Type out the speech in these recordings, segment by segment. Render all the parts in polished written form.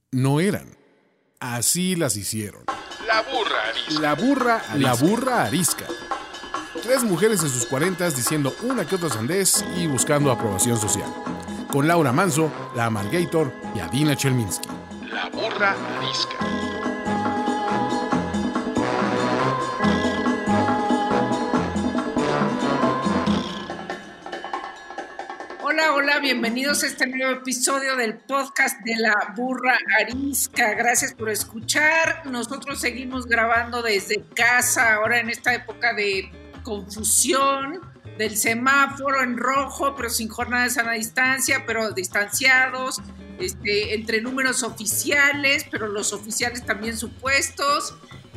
no eran. Así las hicieron. La burra arisca. La burra arisca. 3 mujeres en sus 40 diciendo una que otra sandez y buscando aprobación social. Con Laura Manso, la Amalgator y Adina Chelminsky. La burra arisca. Hola, bienvenidos a este nuevo episodio del podcast de La Burra Arisca. Gracias por escuchar. Nosotros seguimos grabando desde casa, ahora en esta época de confusión, del semáforo en rojo, pero sin jornada de sana distancia, pero distanciados, entre números oficiales, pero los oficiales también supuestos.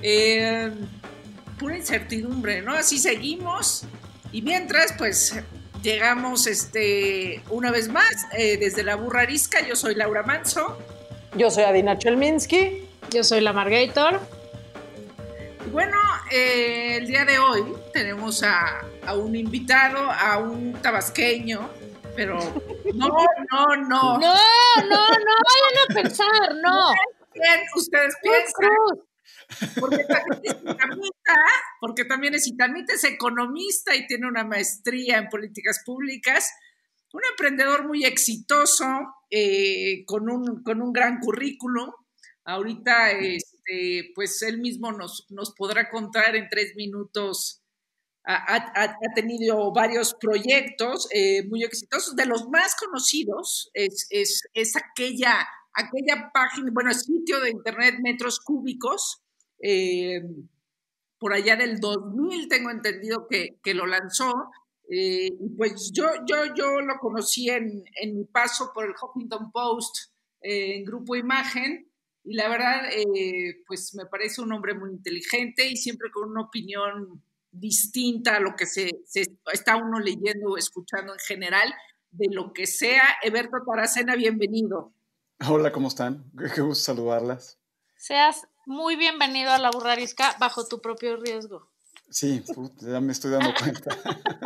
Pura incertidumbre, ¿no? Así seguimos. Y mientras, pues, llegamos una vez más desde La Burra Arisca. Yo soy Laura Manso. Yo soy Adina Chelminsky. Yo soy la Amalgator. Y bueno, el día de hoy tenemos a un invitado, a un tabasqueño, pero no. No vayan a pensar, no. Bien, ustedes piensan. Porque también es itamita, es economista y tiene una maestría en políticas públicas, un emprendedor muy exitoso, con un gran currículum. Ahorita, pues él mismo nos podrá contar en 3 minutos. Ha tenido varios proyectos muy exitosos. De los más conocidos es aquella página, sitio de internet Metros Cúbicos. Por allá del 2000 tengo entendido que lo lanzó, y pues yo lo conocí en mi paso por el Huffington Post, en Grupo Imagen, y la verdad pues me parece un hombre muy inteligente y siempre con una opinión distinta a lo que se está uno leyendo o escuchando en general, de lo que sea. Eberto Taracena, bienvenido. Hola, ¿cómo están? Qué gusto saludarlas. Seas muy bienvenido a La Burra Arisca bajo tu propio riesgo. Sí, ya me estoy dando cuenta.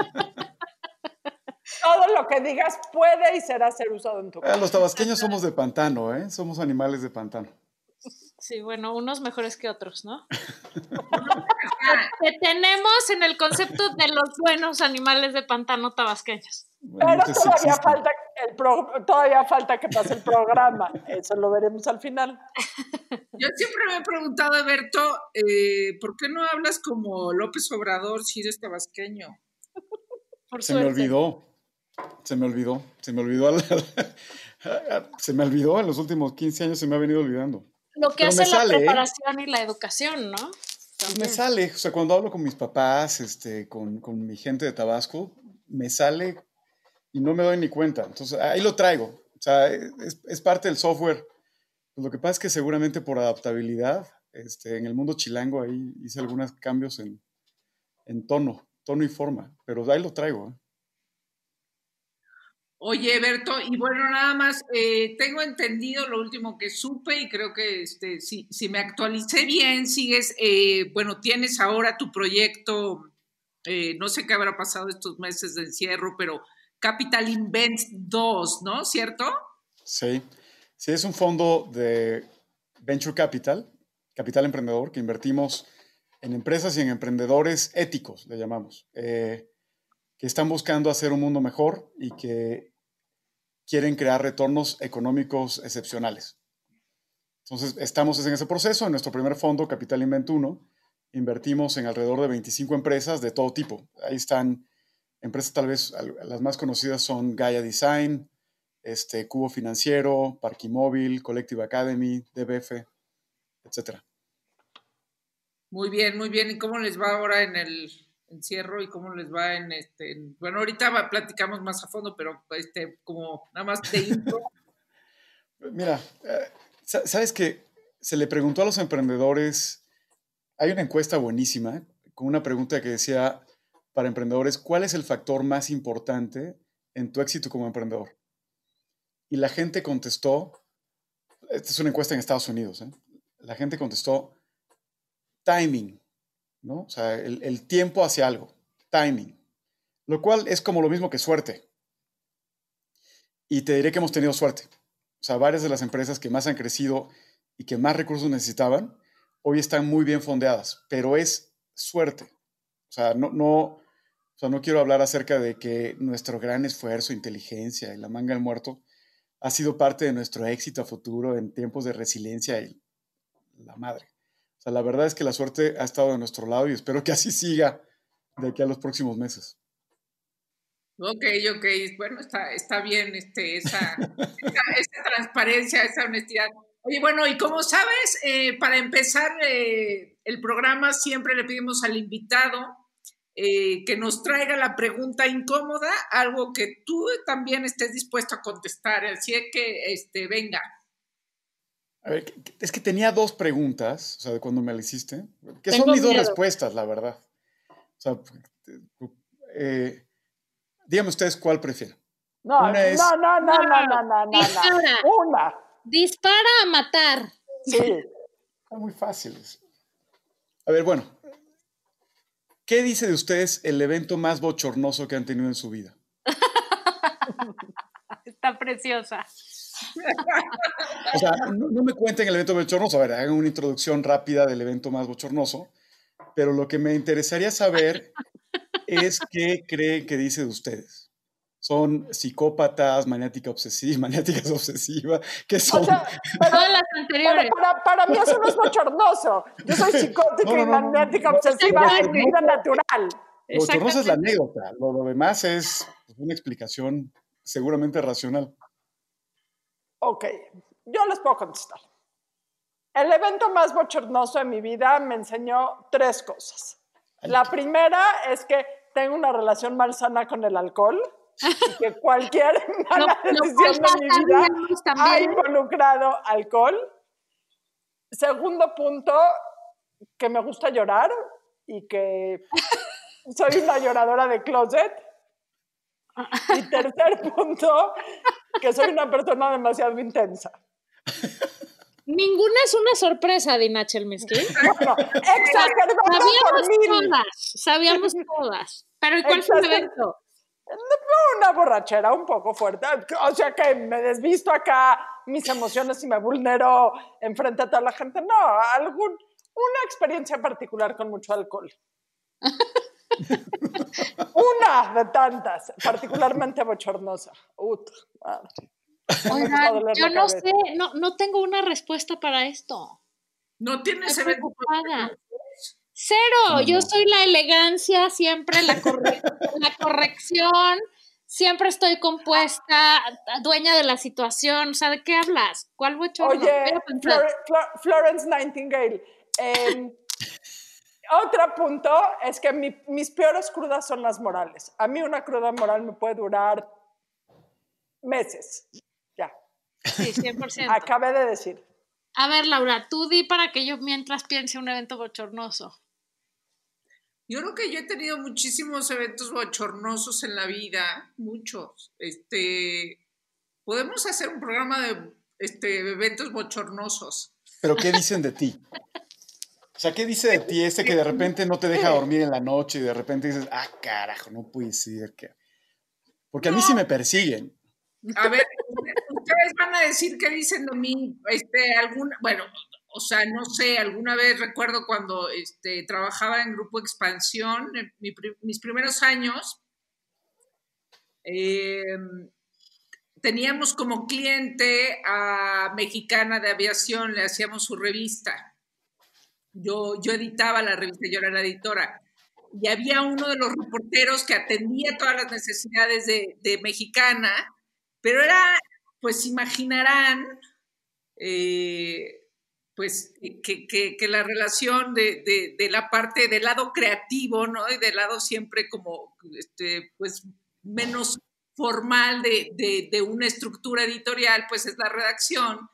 Todo lo que digas puede y será ser usado en tu casa. Los tabasqueños somos de pantano, ¿eh? Somos animales de pantano. Sí, bueno, unos mejores que otros, ¿no? Te tenemos en el concepto de los buenos animales de pantano tabasqueños. Bueno, pero todavía falta que pase el programa. Eso lo veremos al final. Yo siempre me he preguntado, Eberto, ¿por qué no hablas como López Obrador si eres tabasqueño? Se me olvidó. Se me olvidó en los últimos 15 años, se me ha venido olvidando. Lo que hace la preparación y la educación, ¿no? Pues me sale, o sea, cuando hablo con mis papás, con mi gente de Tabasco, me sale y no me doy ni cuenta. Entonces, ahí lo traigo. O sea, es parte del software. Pues lo que pasa es que seguramente por adaptabilidad, en el mundo chilango ahí hice algunos cambios en tono y forma, pero ahí lo traigo. Oye, Berto, y bueno, nada más, tengo entendido lo último que supe y creo que si me actualicé bien, sigues, tienes ahora tu proyecto, no sé qué habrá pasado estos meses de encierro, pero Capital Invent 2, ¿no? ¿Cierto? Sí, es un fondo de Venture Capital emprendedor, que invertimos en empresas y en emprendedores éticos, le llamamos, que están buscando hacer un mundo mejor y que quieren crear retornos económicos excepcionales. Entonces, estamos en ese proceso. En nuestro primer fondo, Capital Invent 1, invertimos en alrededor de 25 empresas de todo tipo. Ahí están empresas, tal vez las más conocidas son Gaia Design, Cubo Financiero, Parquimóvil, Collective Academy, DBF, etc. Muy bien, muy bien. ¿Y cómo les va ahora en el encierro y cómo les va bueno, ahorita platicamos más a fondo, pero como nada más de intro? Mira, ¿sabes qué? Se le preguntó a los emprendedores, hay una encuesta buenísima con una pregunta que decía para emprendedores, ¿cuál es el factor más importante en tu éxito como emprendedor? Y la gente contestó, esta es una encuesta en Estados Unidos, la gente contestó timing, ¿no? O sea, el tiempo hacia algo, timing, lo cual es como lo mismo que suerte. Y te diré que hemos tenido suerte. O sea, varias de las empresas que más han crecido y que más recursos necesitaban, hoy están muy bien fondeadas, pero es suerte. O sea, no quiero hablar acerca de que nuestro gran esfuerzo, inteligencia y la manga del muerto ha sido parte de nuestro éxito a futuro en tiempos de resiliencia y la madre. O sea, la verdad es que la suerte ha estado de nuestro lado y espero que así siga de aquí a los próximos meses. Ok, bueno, está bien esa transparencia, esa honestidad. Oye, bueno, y como sabes, para empezar el programa siempre le pedimos al invitado que nos traiga la pregunta incómoda, algo que tú también estés dispuesto a contestar, así es que venga. A ver, es que tenía 2 preguntas, o sea, de cuando me la hiciste, que son mis 2 respuestas, la verdad. O sea, díganme ustedes cuál prefieren. No. Una. Dispara a matar. Sí. Están muy fáciles. A ver, bueno. ¿Qué dice de ustedes el evento más bochornoso que han tenido en su vida? Está preciosa. O sea, no me cuenten el evento bochornoso. A ver, hagan una introducción rápida del evento más bochornoso. Pero lo que me interesaría saber es qué creen que dice de ustedes. ¿Son psicópatas, maniáticas obsesivas? ¿Qué son? O sea, Todas las anteriores. Para mí eso no es bochornoso. Yo soy psicótica y maniática obsesiva en vida natural. Lo bochornoso es la anécdota. Lo demás es una explicación seguramente racional. Ok, yo les puedo contestar. El evento más bochornoso de mi vida me enseñó 3 cosas. La primera es que tengo una relación malsana con el alcohol y que cualquier mala decisión de mi vida ha involucrado alcohol. Segundo punto, que me gusta llorar y que soy una lloradora de closet. Y tercer punto, que soy una persona demasiado intensa. Ninguna es una sorpresa, Dina Chelminsky. Bueno, exacerbada por 1000. Sabíamos todas. Pero ¿y cuál fue el evento? Una borrachera un poco fuerte. O sea que me desvisto acá mis emociones y me vulnero enfrente a toda la gente. No, una experiencia particular con mucho alcohol. Una de tantas, particularmente bochornosa. Oigan, yo no sé, no tengo una respuesta para esto. No tienes evento. Cero, yo soy la elegancia, siempre la corrección, siempre estoy compuesta, dueña de la situación. O sea, ¿de qué hablas? ¿Cuál bochorno? Oye, Florence Nightingale. Otro punto es que mis peores crudas son las morales. A mí una cruda moral me puede durar meses. Ya. Sí, 100%. Acabé de decir. A ver, Laura, tú di para que yo mientras piense un evento bochornoso. Yo creo que yo he tenido muchísimos eventos bochornosos en la vida, muchos. Podemos hacer un programa de eventos bochornosos. ¿Pero qué dicen de ti? O sea, ¿qué dice de ti que de repente no te deja dormir en la noche y de repente dices, carajo, no puede ser que... Porque a mí sí me persiguen. A ver, ustedes van a decir qué dicen de mí, bueno, o sea, no sé, alguna vez recuerdo cuando trabajaba en Grupo Expansión, en mis primeros años, teníamos como cliente a Mexicana de Aviación, le hacíamos su revista. Yo editaba la revista, yo era la editora. Y había uno de los reporteros que atendía todas las necesidades de Mexicana, pero era, pues imaginarán, pues que la relación de la parte del lado creativo, ¿no? Y del lado siempre como, pues menos formal de una estructura editorial, pues es la redacción.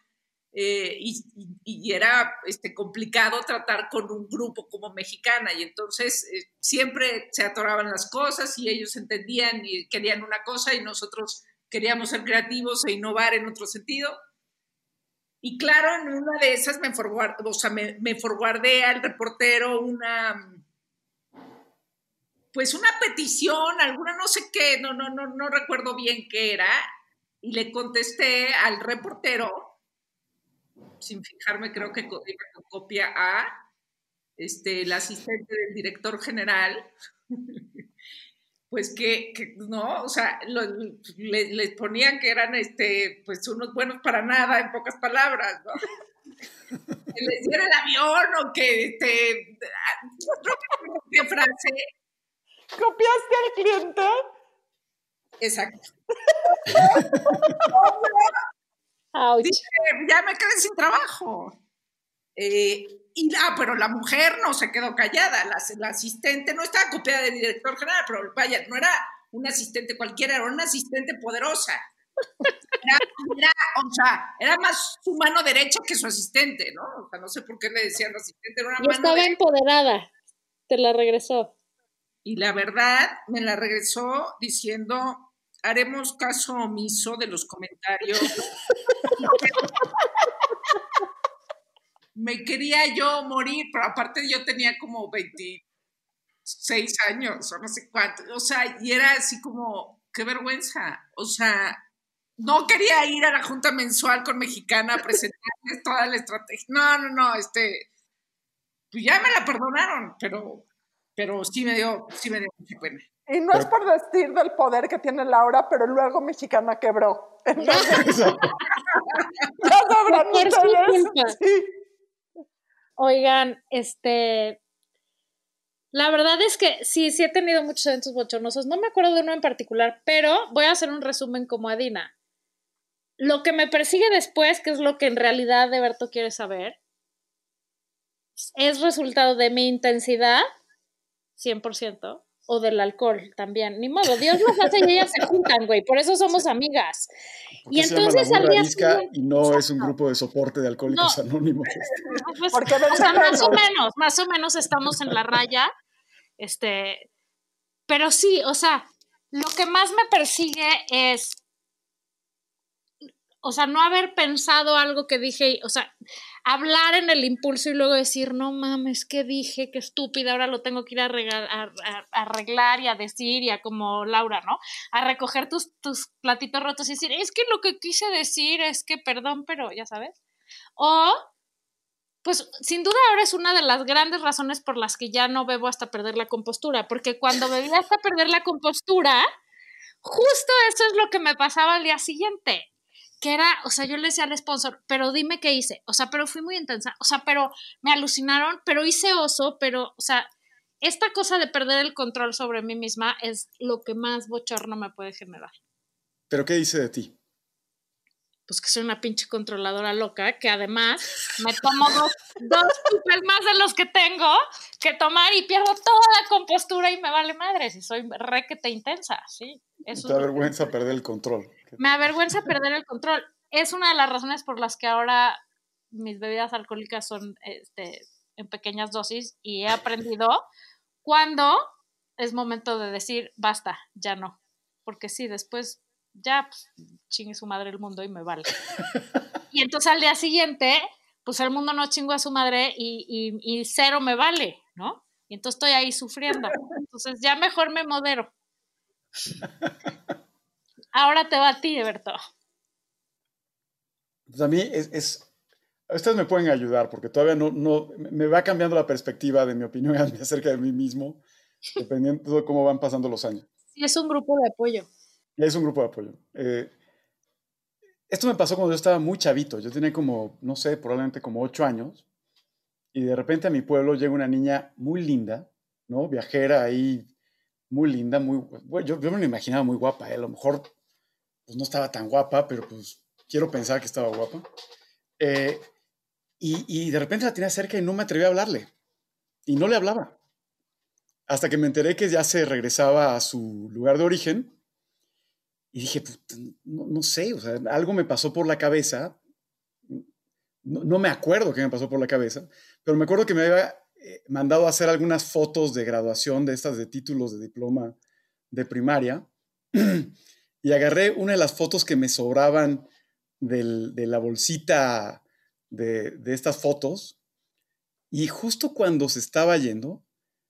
Y era complicado tratar con un grupo como Mexicana, y entonces siempre se atoraban las cosas y ellos entendían y querían una cosa y nosotros queríamos ser creativos e innovar en otro sentido. Y claro, en una de esas me forwardé al reportero una petición, alguna no sé qué, no recuerdo bien qué era, Y le contesté al reportero, sin fijarme, creo que iba con copia a el asistente del director general, pues que no, o sea, les ponían que eran pues unos buenos para nada, en pocas palabras, ¿no? Que les diera el avión o que ¿qué frase? ¿Copiaste al cliente? Exacto. Dije, ya me quedé sin trabajo. Pero la mujer no se quedó callada, la asistente no estaba copiada del director general, pero vaya, no era una asistente cualquiera, era una asistente poderosa. Era más su mano derecha que su asistente, ¿no? O sea, no sé por qué le decían asistente, era una mano estaba derecha. Empoderada, te la regresó. Y la verdad, me la regresó diciendo, haremos caso omiso de los comentarios. Me quería yo morir, pero aparte yo tenía como 26 años o no sé cuánto, o sea, y era así como, qué vergüenza, o sea, no quería ir a la junta mensual con Mexicana a presentarles toda la estrategia, no, pues ya me la perdonaron, pero sí me dio mucha pena. Y no es por decir del poder que tiene Laura, pero luego Mexicana quebró. Entonces, ya sabrán ustedes. Sí. Oigan, la verdad es que sí he tenido muchos eventos bochornosos. No me acuerdo de uno en particular, pero voy a hacer un resumen como Adina. Lo que me persigue después, que es lo que en realidad Eberto quiere saber, es resultado de mi intensidad, 100%, o del alcohol también. Ni modo, Dios los hace y ellas se juntan, güey. Por eso somos amigas. Y entonces se llama La Burra Arisca y no es un grupo de soporte de alcohólicos anónimos. Pues, porque o sea, más o menos estamos en la raya. Pero sí, o sea, lo que más me persigue es, o sea, no haber pensado algo que dije, o sea, hablar en el impulso y luego decir, no mames, ¿qué dije? Qué estúpida, ahora lo tengo que ir a arreglar y a decir, y a como Laura, ¿no? A recoger tus platitos rotos y decir, es que lo que quise decir es que, perdón, pero ya sabes. O, pues, sin duda ahora es una de las grandes razones por las que ya no bebo hasta perder la compostura, porque cuando bebía hasta perder la compostura, justo eso es lo que me pasaba al día siguiente. Que era, o sea, yo le decía al sponsor, pero dime qué hice, o sea, pero fui muy intensa, o sea, pero me alucinaron, pero hice oso, pero, o sea, esta cosa de perder el control sobre mí misma es lo que más bochorno me puede generar. ¿Pero qué dice de ti? Pues que soy una pinche controladora loca, que además me tomo dos chupes más de los que tengo que tomar y pierdo toda la compostura y me vale madres y soy requete intensa, sí. Eso te avergüenza perder el control. Me avergüenza perder el control. Es una de las razones por las que ahora mis bebidas alcohólicas son en pequeñas dosis y he aprendido cuando es momento de decir basta, ya no. Porque sí, después ya pues, chingue su madre el mundo y me vale. Y entonces al día siguiente, pues el mundo no chingó a su madre y cero me vale, ¿no? Y entonces estoy ahí sufriendo. Entonces ya mejor me modero. Ahora te va a ti, Eberto. Pues a mí ustedes me pueden ayudar porque todavía no me va cambiando la perspectiva de mi opinión acerca de mí mismo, dependiendo de cómo van pasando los años. Sí, es un grupo de apoyo. Es un grupo de apoyo. Esto me pasó cuando yo estaba muy chavito. Yo tenía como, no sé, probablemente como 8 años. Y de repente a mi pueblo llega una niña muy linda, ¿no? Viajera ahí, muy linda, bueno, yo me la imaginaba muy guapa. A lo mejor pues, no estaba tan guapa, pero pues quiero pensar que estaba guapa. Y de repente la tenía cerca y no me atreví a hablarle. Y no le hablaba. Hasta que me enteré que ya se regresaba a su lugar de origen. Y dije, pues, no sé, o sea, algo me pasó por la cabeza. No me acuerdo qué me pasó por la cabeza, pero me acuerdo que me había mandado a hacer algunas fotos de graduación de estas de títulos de diploma de primaria. Y agarré una de las fotos que me sobraban de la bolsita de estas fotos. Y justo cuando se estaba yendo,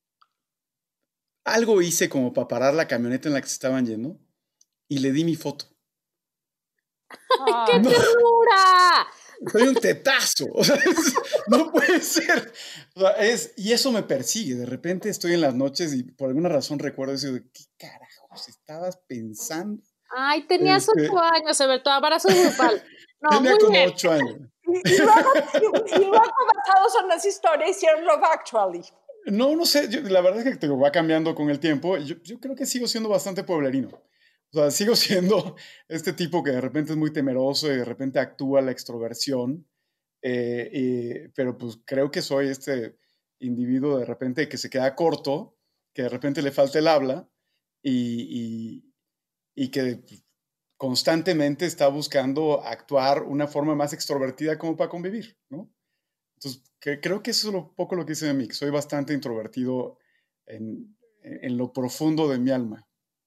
algo hice como para parar la camioneta en la que se estaban yendo. Y le di mi foto. ¡Qué No. ternura! Soy un tetazo. O sea, no puede ser. O sea, y eso me persigue. De repente estoy en las noches y por alguna razón recuerdo eso de ¿qué carajos estabas pensando? Ay, tenías 8 años, Eberto, abrazo grupal. No, Tenía muy como bien. 8 años. Y luego, basados en esa historia, hicieron Love Actually. No sé. La verdad es que va cambiando con el tiempo. Yo creo que sigo siendo bastante pueblerino. O sea, sigo siendo este tipo que de repente es muy temeroso y de repente actúa la extroversión. Pero pues creo que soy este individuo de repente que se queda corto, que de repente le falta el habla y que constantemente está buscando actuar una forma más extrovertida como para convivir, ¿no? Entonces, creo que eso es un poco lo que dice de mí, que soy bastante introvertido en lo profundo de mi alma.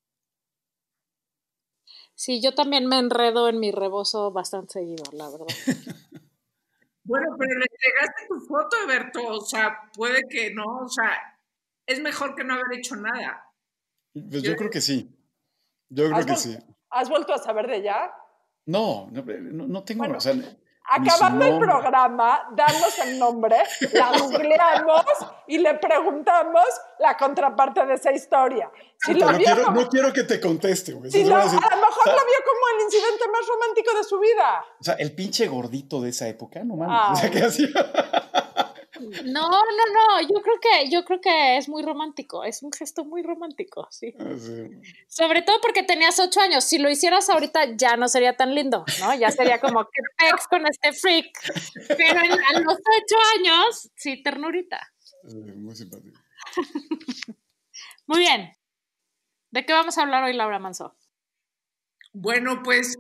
Sí, yo también me enredo en mi rebozo bastante seguido, la verdad. Bueno, pero le entregaste tu foto, Eberto, o sea, puede que no, o sea, es mejor que no haber hecho nada. Pues yo creo que sí. Yo creo que sí. ¿Has vuelto a saber de ella? No tengo, Bueno, o sea, acabando el programa, damos el nombre, la googleamos y le preguntamos la contraparte de esa historia. Si lo vio no quiero que te conteste, güey. a lo mejor lo vio como el incidente más romántico de su vida. O sea, el pinche gordito de esa época, no mames. O sea, ¿qué hacía? No, yo creo que es muy romántico, es un gesto muy romántico, sí. Sí. Sobre todo porque tenías 8 años, si lo hicieras ahorita ya no sería tan lindo, ¿no? Ya sería como, ¿qué pex con este freak? Pero a los 8 años, sí, ternurita. Muy simpático. Muy bien. ¿De qué vamos a hablar hoy, Laura Manso? Bueno, pues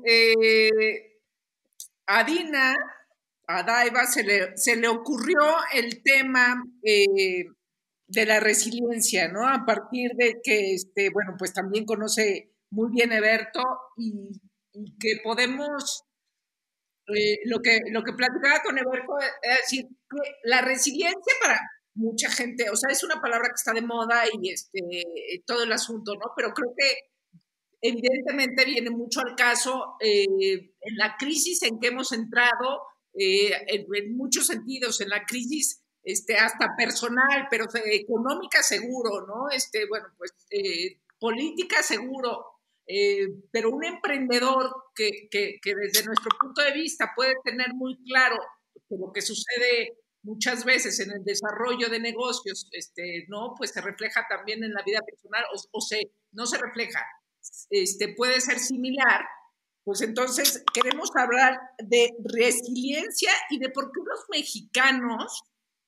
a Daiva se le ocurrió el tema de la resiliencia, ¿no? A partir de que, bueno, pues también conoce muy bien Eberto y que podemos, lo que platicaba con Eberto es decir, que la resiliencia para mucha gente, o sea, es una palabra que está de moda y todo el asunto, ¿no? Pero creo que evidentemente viene mucho al caso en la crisis en que hemos entrado, en muchos sentidos, en la crisis hasta personal, pero económica seguro, ¿no? Bueno, pues política seguro, pero un emprendedor que desde nuestro punto de vista puede tener muy claro que lo que sucede muchas veces en el desarrollo de negocios, ¿no? Pues se refleja también en la vida personal no se refleja, puede ser similar, pues entonces queremos hablar de resiliencia y de por qué los mexicanos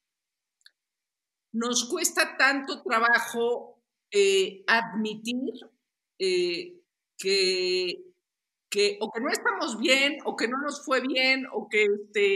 nos cuesta tanto trabajo admitir que o que no estamos bien, o que no nos fue bien, o que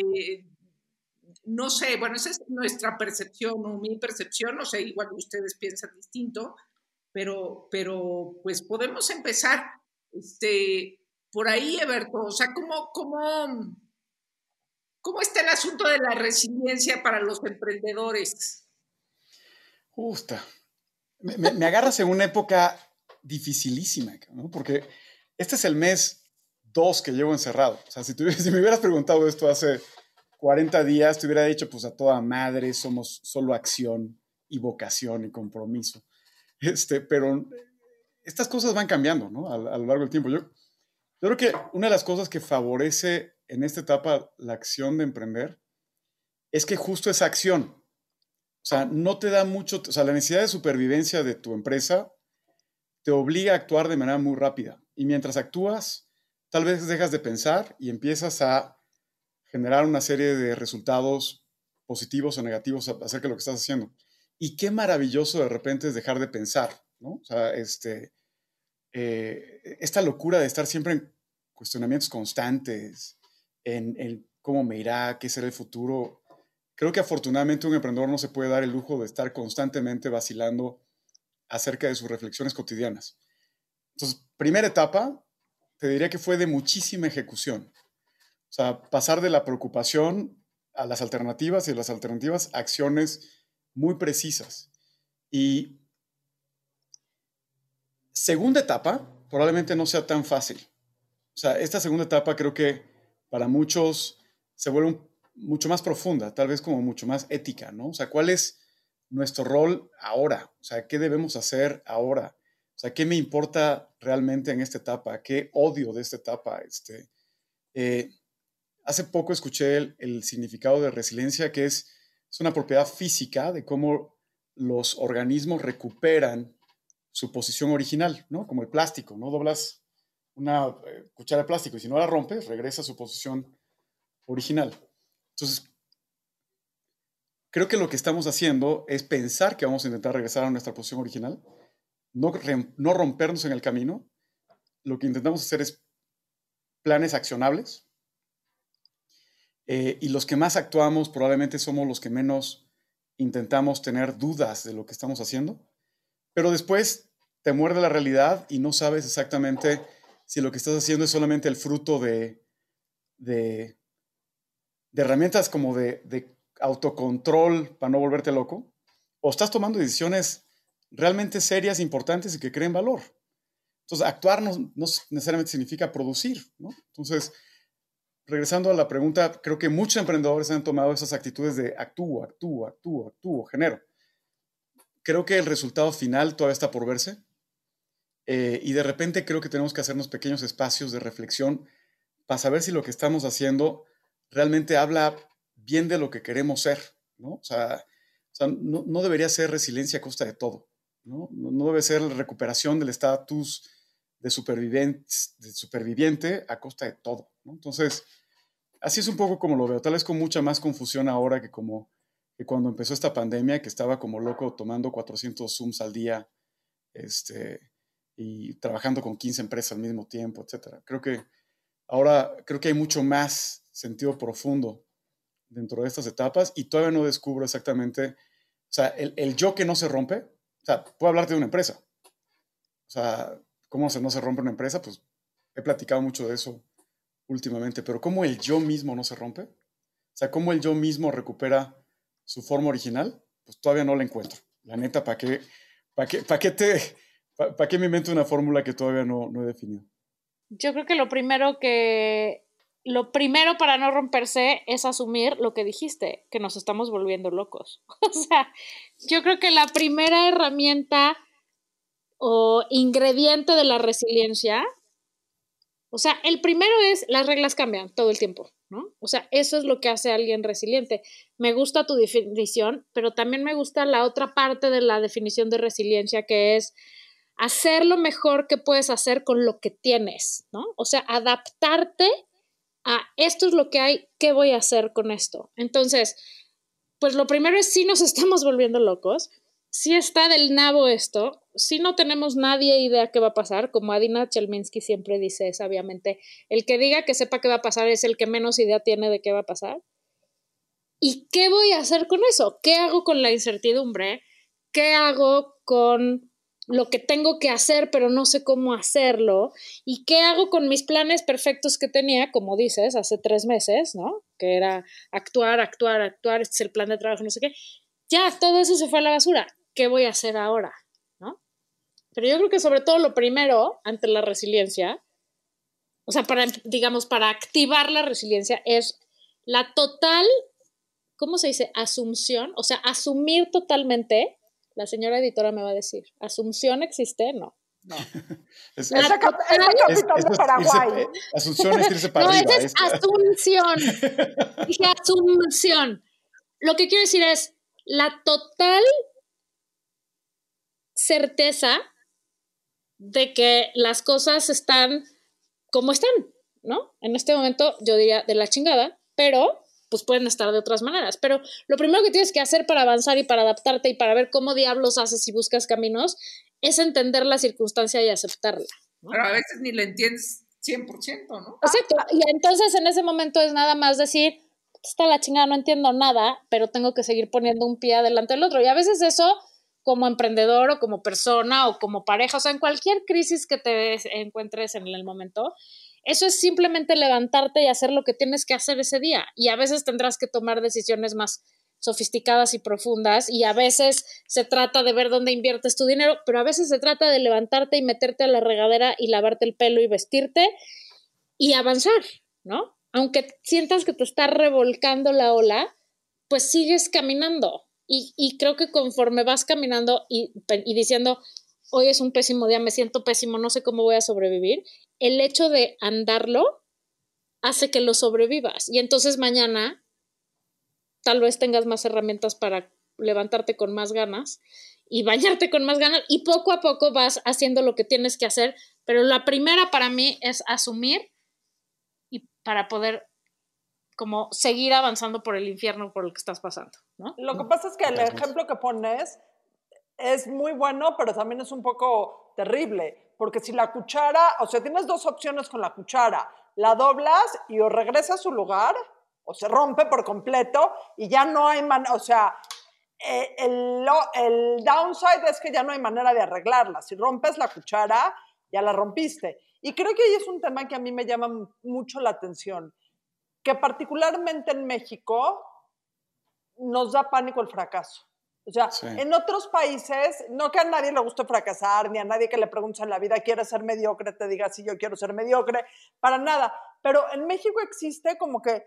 no sé, bueno, esa es nuestra percepción o mi percepción, no sé, igual ustedes piensan distinto, pero pues podemos empezar por ahí, Eberto. O sea, ¿cómo está el asunto de la resiliencia para los emprendedores? Justa. Me agarras en una época dificilísima, ¿no? Porque este es el mes 2 que llevo encerrado. O sea, si me hubieras preguntado esto hace 40 días, te hubiera dicho, pues a toda madre, somos solo acción y vocación y compromiso. Pero estas cosas van cambiando, ¿no? A lo largo del tiempo. Yo creo que una de las cosas que favorece en esta etapa la acción de emprender es que justo esa acción, o sea, no te da mucho, o sea, la necesidad de supervivencia de tu empresa te obliga a actuar de manera muy rápida. Y mientras actúas, tal vez dejas de pensar y empiezas a generar una serie de resultados positivos o negativos acerca de lo que estás haciendo. Y qué maravilloso de repente es dejar de pensar, ¿no? O sea, esta locura de estar siempre en cuestionamientos constantes, en cómo me irá, qué será el futuro. Creo que afortunadamente un emprendedor no se puede dar el lujo de estar constantemente vacilando acerca de sus reflexiones cotidianas. Entonces, primera etapa, te diría que fue de muchísima ejecución. O sea, pasar de la preocupación a las alternativas y de las alternativas a acciones muy precisas. Y segunda etapa, probablemente no sea tan fácil, O sea, esta segunda etapa creo que para muchos se vuelve mucho más profunda, tal vez como mucho más ética, ¿no? O sea, ¿cuál es nuestro rol ahora? O sea, ¿qué debemos hacer ahora? O sea, ¿qué me importa realmente en esta etapa? ¿Qué odio de esta etapa? Hace poco escuché el significado de resiliencia, que es una propiedad física de cómo los organismos recuperan su posición original, ¿no? Como el plástico, ¿no? Doblas una cuchara de plástico y si no la rompes, regresa a su posición original. Entonces, creo que lo que estamos haciendo es pensar que vamos a intentar regresar a nuestra posición original, no rompernos en el camino. Lo que intentamos hacer es planes accionables, y los que más actuamos probablemente somos los que menos intentamos tener dudas de lo que estamos haciendo, pero después te muerde la realidad y no sabes exactamente si lo que estás haciendo es solamente el fruto de herramientas como de autocontrol para no volverte loco, o estás tomando decisiones realmente serias, importantes y que creen valor. Entonces, actuar no necesariamente significa producir, ¿no? Entonces, regresando a la pregunta, creo que muchos emprendedores han tomado esas actitudes de actúo, genero. Creo que el resultado final todavía está por verse, y de repente creo que tenemos que hacernos pequeños espacios de reflexión para saber si lo que estamos haciendo realmente habla bien de lo que queremos ser, ¿no? O sea no debería ser resiliencia a costa de todo, ¿no? No debe ser la recuperación del estatus de superviviente a costa de todo, ¿no? Entonces, así es un poco como lo veo, tal vez con mucha más confusión ahora que cuando empezó esta pandemia, que estaba como loco tomando 400 Zooms al día, y trabajando con 15 empresas al mismo tiempo, etc. Creo que hay mucho más sentido profundo dentro de estas etapas y todavía no descubro exactamente, o sea, el yo que no se rompe, o sea, puedo hablarte de una empresa. O sea, ¿cómo no se rompe una empresa? Pues he platicado mucho de eso últimamente, pero ¿cómo el yo mismo no se rompe? O sea, ¿cómo el yo mismo recupera su forma original? Pues todavía no la encuentro. La neta, ¿para qué me invento una fórmula que todavía no he definido? Yo creo que lo primero para no romperse es asumir lo que dijiste, que nos estamos volviendo locos. O sea, yo creo que la primera herramienta o ingrediente de la resiliencia, o sea, el primero es las reglas cambian todo el tiempo, ¿no? O sea, eso es lo que hace a alguien resiliente. Me gusta tu definición, pero también me gusta la otra parte de la definición de resiliencia, que es hacer lo mejor que puedes hacer con lo que tienes, ¿no? O sea, adaptarte a esto es lo que hay, ¿qué voy a hacer con esto? Entonces, pues lo primero es si nos estamos volviendo locos, si está del nabo esto, si no tenemos nadie idea qué va a pasar, como Adina Chelminsky siempre dice sabiamente, el que diga que sepa qué va a pasar es el que menos idea tiene de qué va a pasar. ¿Y qué voy a hacer con eso? ¿Qué hago con la incertidumbre? ¿Qué hago con lo que tengo que hacer pero no sé cómo hacerlo? ¿Y qué hago con mis planes perfectos que tenía, como dices, hace 3 meses, ¿no? Que era actuar, este es el plan de trabajo, no sé qué. Ya, todo eso se fue a la basura. ¿Qué voy a hacer ahora? ¿No? Pero yo creo que sobre todo lo primero ante la resiliencia, o sea, para activar la resiliencia es la total, ¿cómo se dice? Asunción, o sea, asumir totalmente. La señora editora me va a decir, ¿asunción existe? No. Es capital de Paraguay. Asunción es irse para arriba. No, esa es asunción. Dije asunción. Lo que quiero decir es la total certeza de que las cosas están como están, ¿no? En este momento yo diría de la chingada, pero pues pueden estar de otras maneras. Pero lo primero que tienes que hacer para avanzar y para adaptarte y para ver cómo diablos haces y buscas caminos es entender la circunstancia y aceptarla, ¿no? Pero a veces ni la entiendes 100%, ¿no? Exacto. Y entonces en ese momento es nada más decir, está la chingada, no entiendo nada, pero tengo que seguir poniendo un pie adelante del otro. Y a veces eso, como emprendedor o como persona o como pareja, o sea, en cualquier crisis que te encuentres en el momento, eso es simplemente levantarte y hacer lo que tienes que hacer ese día. Y a veces tendrás que tomar decisiones más sofisticadas y profundas, y a veces se trata de ver dónde inviertes tu dinero, pero a veces se trata de levantarte y meterte a la regadera y lavarte el pelo y vestirte y avanzar, ¿no? Aunque sientas que te está revolcando la ola, pues sigues caminando. Y creo que conforme vas caminando y diciendo, hoy es un pésimo día, me siento pésimo, no sé cómo voy a sobrevivir, el hecho de andarlo hace que lo sobrevivas. Y entonces mañana tal vez tengas más herramientas para levantarte con más ganas y bañarte con más ganas, y poco a poco vas haciendo lo que tienes que hacer. Pero la primera para mí es asumir, y para poder como seguir avanzando por el infierno por el que estás pasando, ¿no? Lo que pasa es que el ejemplo que pones es muy bueno, pero también es un poco terrible, porque si la cuchara, o sea, tienes dos opciones con la cuchara, la doblas y o regresa a su lugar, o se rompe por completo y ya no hay manera, o sea, el downside es que ya no hay manera de arreglarla. Si rompes la cuchara, ya la rompiste. Y creo que ahí es un tema que a mí me llama mucho la atención, que particularmente en México nos da pánico el fracaso. O sea, sí. En otros países, no que a nadie le guste fracasar, ni a nadie que le preguntes en la vida, ¿quieres ser mediocre? Te diga, sí, yo quiero ser mediocre, para nada. Pero en México existe como que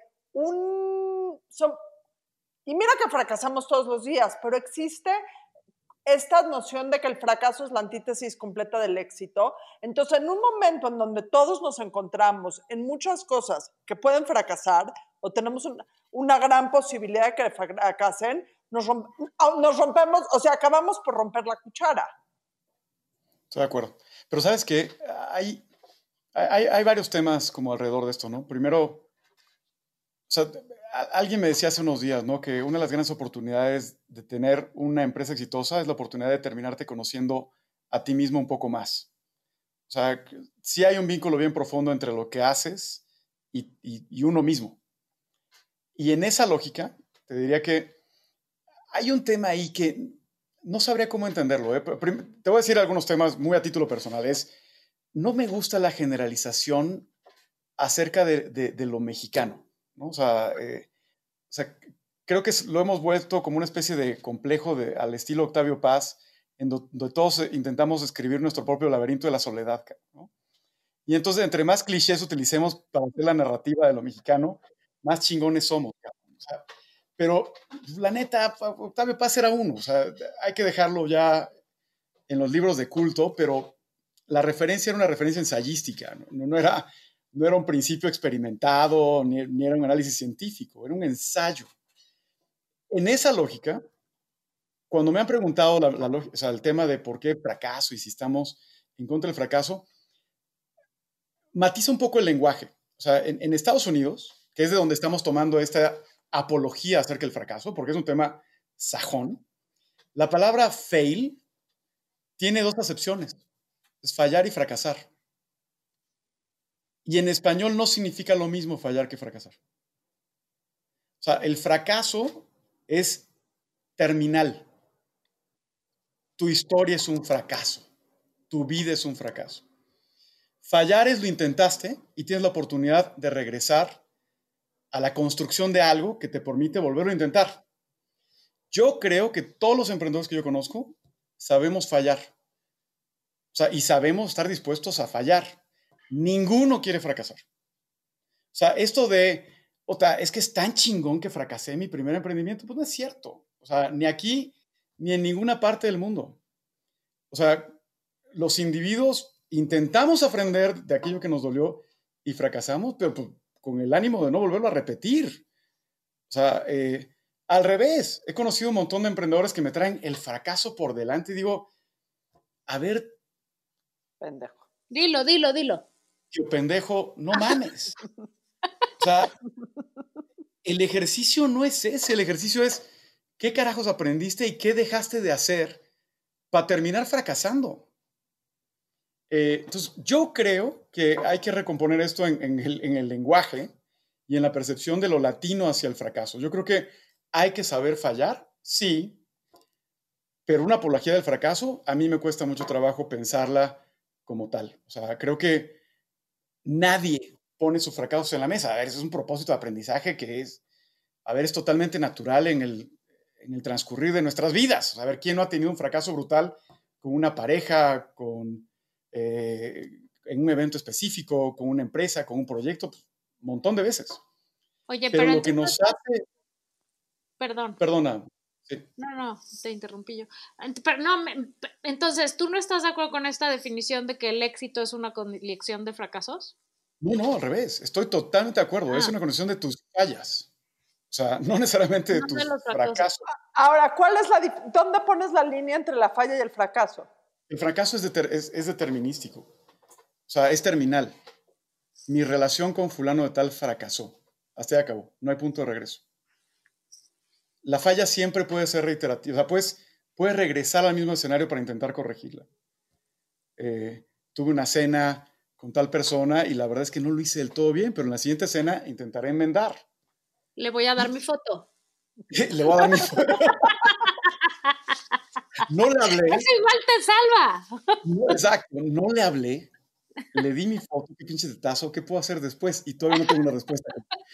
y mira que fracasamos todos los días, pero existe esta noción de que el fracaso es la antítesis completa del éxito. Entonces, en un momento en donde todos nos encontramos en muchas cosas que pueden fracasar, o tenemos una gran posibilidad de que fracasen, nos rompemos, o sea, acabamos por romper la cuchara. Estoy de acuerdo. Pero ¿sabes qué? Hay varios temas como alrededor de esto, ¿no? Primero, o sea, alguien me decía hace unos días, ¿no? Que una de las grandes oportunidades de tener una empresa exitosa es la oportunidad de terminarte conociendo a ti mismo un poco más. O sea, sí hay un vínculo bien profundo entre lo que haces y uno mismo. Y en esa lógica, te diría que hay un tema ahí que no sabría cómo entenderlo. Te voy a decir algunos temas muy a título personal. No me gusta la generalización acerca de lo mexicano, ¿no? O sea, creo que lo hemos vuelto como una especie de complejo al estilo Octavio Paz, en donde todos intentamos escribir nuestro propio laberinto de la soledad, ¿no? Y entonces, entre más clichés utilicemos para hacer la narrativa de lo mexicano, más chingones somos, o sea, pero la neta, Octavio Paz era uno, o sea, hay que dejarlo ya en los libros de culto, pero la referencia era una referencia ensayística, no era un principio experimentado, ni era un análisis científico, era un ensayo. En esa lógica, cuando me han preguntado o sea, el tema de por qué fracaso y si estamos en contra del fracaso, matiza un poco el lenguaje. O sea, en Estados Unidos, que es de donde estamos tomando esta apología acerca del fracaso, porque es un tema sajón, la palabra fail tiene dos acepciones, es fallar y fracasar. Y en español no significa lo mismo fallar que fracasar. O sea, el fracaso es terminal. Tu historia es un fracaso. Tu vida es un fracaso. Fallar es lo intentaste y tienes la oportunidad de regresar a la construcción de algo que te permite volverlo a intentar. Yo creo que todos los emprendedores que yo conozco sabemos fallar. O sea, y sabemos estar dispuestos a fallar. Ninguno quiere fracasar. O sea, esto de, es que es tan chingón que fracasé en mi primer emprendimiento, pues no es cierto. O sea, ni aquí, ni en ninguna parte del mundo. O sea, los individuos intentamos aprender de aquello que nos dolió y fracasamos, pero pues, con el ánimo de no volverlo a repetir. O sea, al revés, he conocido un montón de emprendedores que me traen el fracaso por delante y digo, a ver. Pendejo. Dilo. Tío pendejo, no mames. O sea, el ejercicio no es ese, el ejercicio es qué carajos aprendiste y qué dejaste de hacer para terminar fracasando. Entonces, yo creo que hay que recomponer esto en el lenguaje y en la percepción de lo latino hacia el fracaso. Yo creo que hay que saber fallar, sí, pero una apología del fracaso, a mí me cuesta mucho trabajo pensarla como tal. O sea, creo que nadie pone sus fracasos en la mesa. A ver, eso es un propósito de aprendizaje que es totalmente natural en el transcurrir de nuestras vidas. A ver, ¿quién no ha tenido un fracaso brutal con una pareja, con en un evento específico, con una empresa, con un proyecto, pues, un montón de veces. Oye, Pero pero lo que nos hace... Perdón. Perdona. Sí. No, te interrumpí yo. Pero no, entonces, ¿tú no estás de acuerdo con esta definición de que el éxito es una colección de fracasos? No, al revés. Estoy totalmente de acuerdo. Es una condición de tus fallas. O sea, no necesariamente de tus fracasos. Ahora, ¿dónde pones la línea entre la falla y el fracaso? El fracaso es determinístico. O sea, es terminal. Mi relación con fulano de tal fracasó. Hasta ahí acabó. No hay punto de regreso. La falla siempre puede ser reiterativa. O sea, puedes regresar al mismo escenario para intentar corregirla. Tuve una cena con tal persona y la verdad es que no lo hice del todo bien, pero en la siguiente cena intentaré enmendar. Le voy a dar mi foto. Le voy a dar mi foto. No le hablé. Eso igual te salva. No, exacto, no le hablé. Le di mi foto, qué pinche detazo, ¿qué puedo hacer después? Y todavía no tengo una respuesta.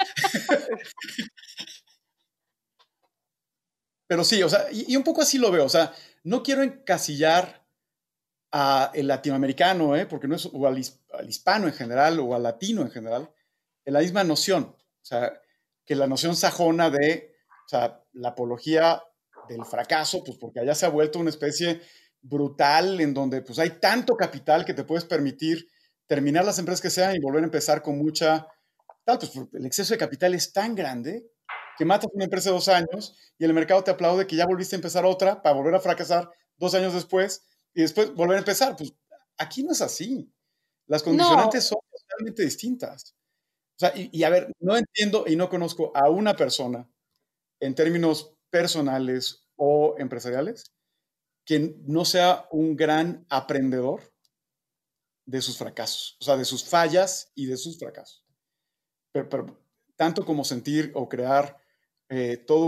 Pero sí, o sea, y un poco así lo veo. O sea, no quiero encasillar al latinoamericano, porque no es, o al hispano en general, o al latino en general, en la misma noción. O sea, que la noción sajona de, o sea, la apología del fracaso, pues porque allá se ha vuelto una especie brutal en donde pues hay tanto capital que te puedes permitir terminar las empresas que sean y volver a empezar con mucha... Tal, pues el exceso de capital es tan grande que matas una empresa de 2 años y el mercado te aplaude que ya volviste a empezar otra para volver a fracasar 2 años después y después volver a empezar. Pues aquí no es así. Las condicionantes son totalmente distintas. O sea, y a ver, no entiendo y no conozco a una persona en términos personales o empresariales que no sea un gran aprendedor de sus fracasos, o sea, de sus fallas y de sus fracasos. Pero tanto como sentir o crear todo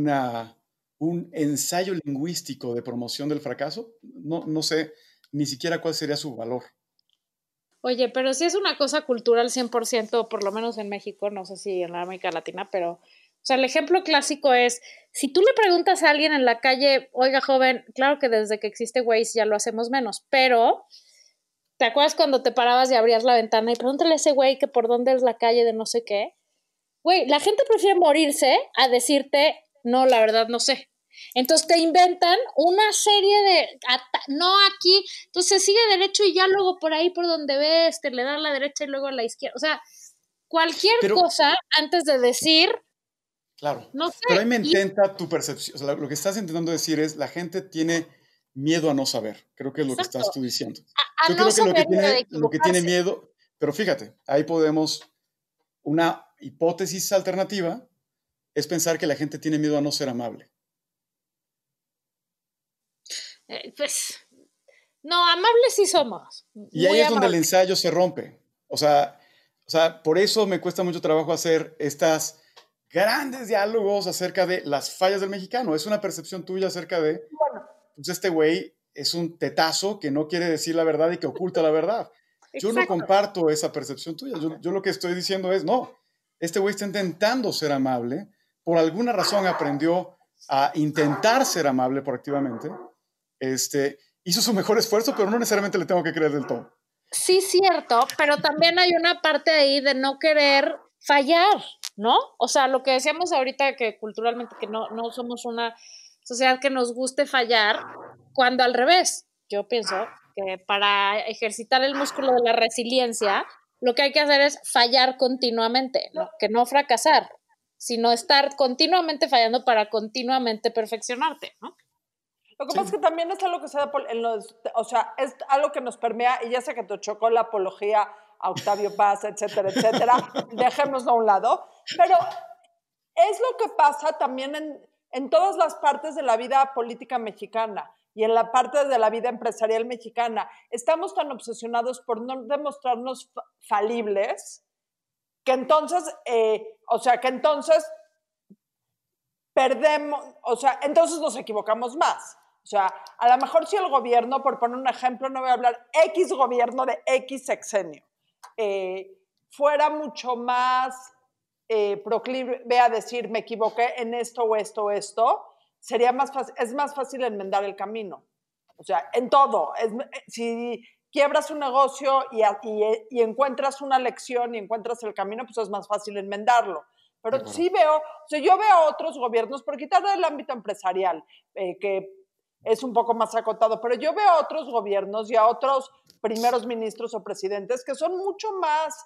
un ensayo lingüístico de promoción del fracaso, no sé ni siquiera cuál sería su valor. Oye, pero sí es una cosa cultural 100%, por lo menos en México, no sé si en la América Latina, pero, o sea, el ejemplo clásico es, si tú le preguntas a alguien en la calle, oiga, joven, claro que desde que existe Waze ya lo hacemos menos, pero, ¿te acuerdas cuando te parabas y abrías la ventana y pregúntale a ese güey que por dónde es la calle de no sé qué? Güey, la gente prefiere morirse a decirte, no, la verdad no sé. Entonces te inventan una serie de, no aquí, entonces sigue derecho y ya luego por ahí por donde ves, te le das la derecha y luego a la izquierda. O sea, cualquier cosa antes de decir, claro, no sé. Pero ahí me intenta tu percepción. O sea, lo que estás intentando decir es, la gente tiene miedo a no saber. Creo que es lo que estás tú diciendo. Yo creo que lo que tiene miedo, pero fíjate, ahí podemos, una hipótesis alternativa es pensar que la gente tiene miedo a no ser amable. Pues, no, amables sí somos. Y ahí es donde el ensayo se rompe. O sea, por eso me cuesta mucho trabajo hacer estas grandes diálogos acerca de las fallas del mexicano. Es una percepción tuya acerca de, pues este güey es un tetazo que no quiere decir la verdad y que oculta la verdad. Yo no comparto esa percepción tuya. Yo lo que estoy diciendo es, no, este güey está intentando ser amable. Por alguna razón aprendió a intentar ser amable proactivamente. Hizo su mejor esfuerzo, pero no necesariamente le tengo que creer del todo. Sí, cierto, pero también hay una parte ahí de no querer fallar, ¿no? O sea, lo que decíamos ahorita, que culturalmente que no somos una sociedad que nos guste fallar, cuando al revés, yo pienso que para ejercitar el músculo de la resiliencia, lo que hay que hacer es fallar continuamente, ¿no? Que no fracasar, sino estar continuamente fallando para continuamente perfeccionarte, ¿no? Lo que pasa es que también es algo que se da o sea, es algo que nos permea, y ya sé que te chocó la apología a Octavio Paz, etcétera, etcétera, dejémoslo a un lado, pero es lo que pasa también en todas las partes de la vida política mexicana y en la parte de la vida empresarial mexicana. Estamos tan obsesionados por no demostrarnos falibles que entonces, perdemos, o sea, entonces nos equivocamos más. O sea, a lo mejor si el gobierno, por poner un ejemplo, no voy a hablar X gobierno de X sexenio, fuera mucho más proclive a decir me equivoqué en esto o esto o esto, sería más fácil, es más fácil enmendar el camino. O sea, en todo. Si quiebras un negocio y encuentras una lección y encuentras el camino, pues es más fácil enmendarlo. Pero sí veo, o sea, yo veo otros gobiernos, por quitar del ámbito empresarial, que es un poco más acotado, pero yo veo a otros gobiernos y a otros primeros ministros o presidentes que son mucho más